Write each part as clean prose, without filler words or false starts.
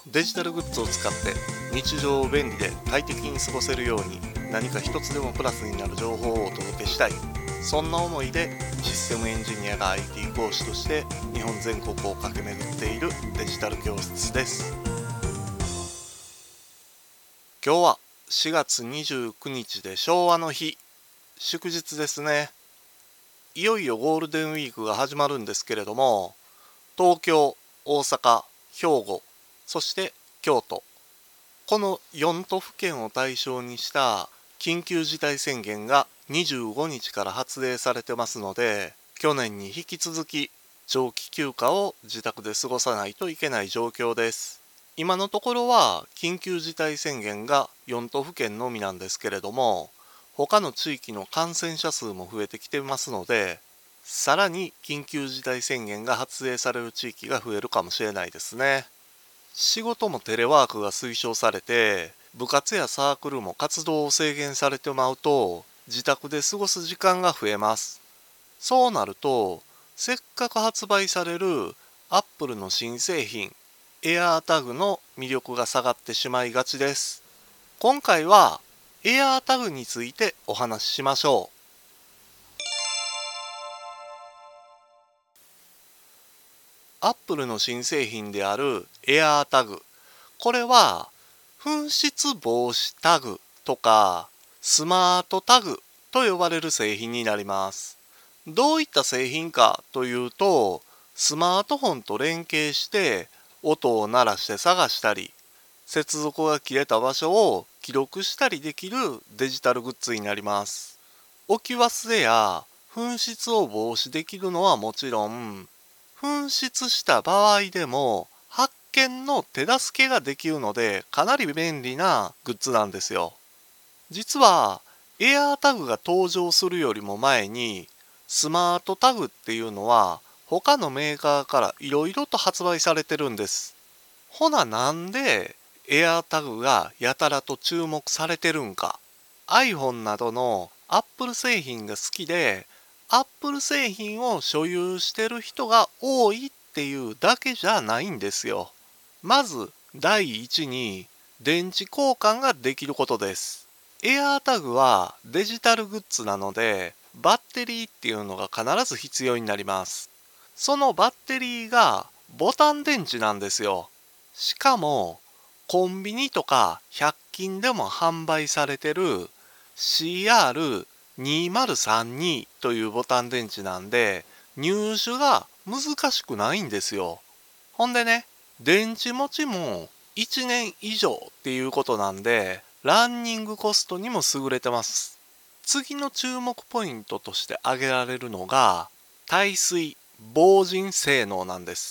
デジタルグッズを使って日常を便利で快適に過ごせるように何か一つでもプラスになる情報をお届けしたい、そんな思いでシステムエンジニアが IT 講師として日本全国を駆け巡っているデジタル教室です。今日は4月29日で昭和の日、祝日ですね。いよいよゴールデンウィークが始まるんですけれども、東京、大阪、兵庫、そして京都、この4都府県を対象にした緊急事態宣言が25日から発令されてますので、去年に引き続き長期休暇を自宅で過ごさないといけない状況です。今のところは緊急事態宣言が4都府県のみなんですけれども、他の地域の感染者数も増えてきてますので、さらに緊急事態宣言が発令される地域が増えるかもしれないですね。仕事もテレワークが推奨されて、部活やサークルも活動を制限されてまうと、自宅で過ごす時間が増えます。そうなると、せっかく発売される Apple の新製品、AirTag の魅力が下がってしまいがちです。今回は AirTag についてお話ししましょう。Apple の新製品である AirTag、これは紛失防止タグとかスマートタグと呼ばれる製品になります。どういった製品かというと、スマートフォンと連携して音を鳴らして探したり、接続が切れた場所を記録したりできるデジタルグッズになります。置き忘れや紛失を防止できるのはもちろん、紛失した場合でも発見の手助けができるので、かなり便利なグッズなんですよ。実は AirTag が登場するよりも前に、スマートタグっていうのは他のメーカーからいろいろと発売されてるんです。ほな、なんで AirTag がやたらと注目されてるんか。 iPhone などの Apple 製品が好きで、Apple 製品を所有してる人が多いっていうだけじゃないんですよ。まず第一に、電池交換ができることです。AirTag はデジタルグッズなので、バッテリーっていうのが必ず必要になります。そのバッテリーがボタン電池なんですよ。しかもコンビニとか100均でも販売されてる CR2032 というボタン電池なんで、入手が難しくないんですよ。ほんでね、電池持ちも1年以上っていうことなんで、ランニングコストにも優れてます。次の注目ポイントとして挙げられるのが耐水防塵性能なんです。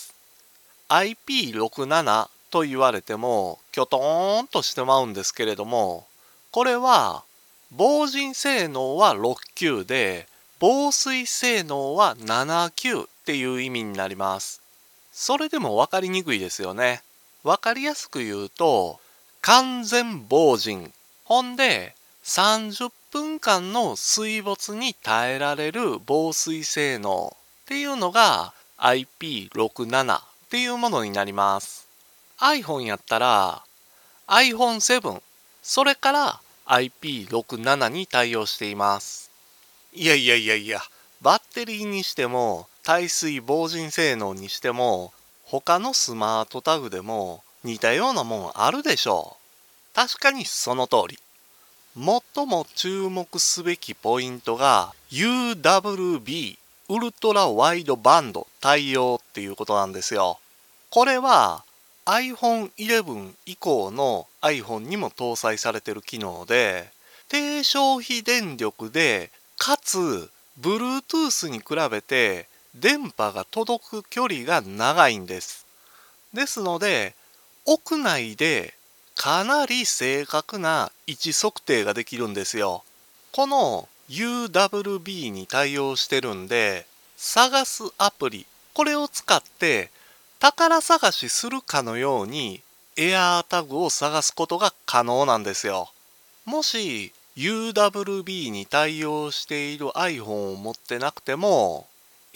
IP67 と言われてもキョトーンとしてまうんですけれども、これは防塵性能は6級で防水性能は7級っていう意味になります。それでも分かりにくいですよね。分かりやすく言うと、完全防塵、ほんで30分間の水没に耐えられる防水性能っていうのが IP67 っていうものになります。 iPhone やったら iPhone7、 それから IP67 に対応しています。いやいやいやいや、バッテリーにしても耐水防塵性能にしても他のスマートタグでも似たようなもんあるでしょう。確かにその通り。最も注目すべきポイントが UWB ウルトラワイドバンド対応っていうことなんですよ。これは iPhone 11以降の iPhone にも搭載されている機能で、低消費電力でかつ Bluetooth に比べて電波が届く距離が長いんです。ですので屋内でかなり正確な位置測定ができるんですよ。この UWB に対応してるんで、探すアプリ、これを使って宝探しするかのように AirTag を探すことが可能なんですよ。もし UWB に対応している iPhone を持ってなくても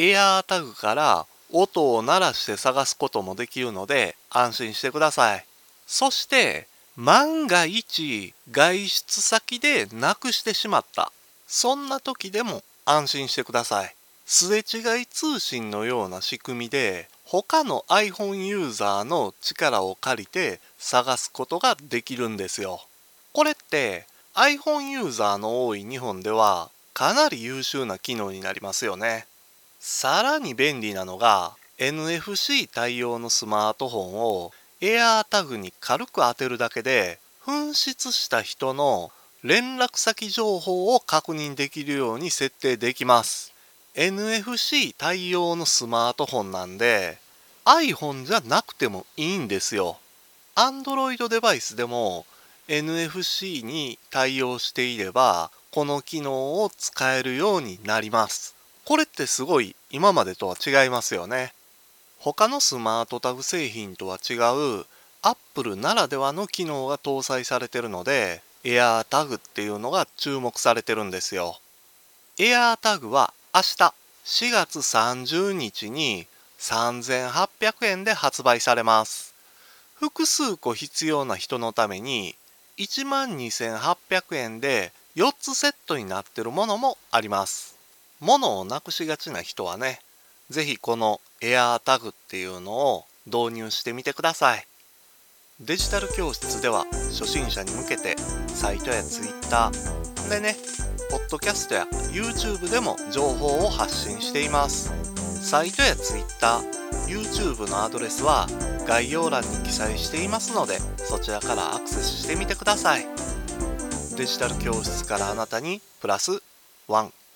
AirTag から音を鳴らして探すこともできるので安心してください。 そして万が一外出先でなくしてしまった、そんな時でも安心してください。すれ違い通信のような仕組みで他の iPhone ユーザーの力を借りて探すことができるんですよ。これって iPhone ユーザーの多い日本ではかなり優秀な機能になりますよね。さらに便利なのが NFC 対応のスマートフォンを AirTag に軽く当てるだけで紛失した人の連絡先情報を確認できるように設定できます。NFC 対応のスマートフォンなんで iPhone じゃなくてもいいんですよ。Android デバイスでも NFC に対応していればこの機能を使えるようになります。これってすごい今までとは違いますよね。他のスマートタグ製品とは違う Apple ならではの機能が搭載されているので AirTag っていうのが注目されてるんですよ。AirTag は明日4月30日に3800円で発売されます。複数個必要な人のために12,800円で4つセットになっているものもあります。物をなくしがちな人はね、ぜひこの AirTag っていうのを導入してみてください。デジタル教室では初心者に向けてサイトや Twitter でね、ポッドキャストや YouTube でも情報を発信しています。サイトや Twitter、YouTube のアドレスは概要欄に記載していますので、そちらからアクセスしてみてください。デジタル教室からあなたにプラス1。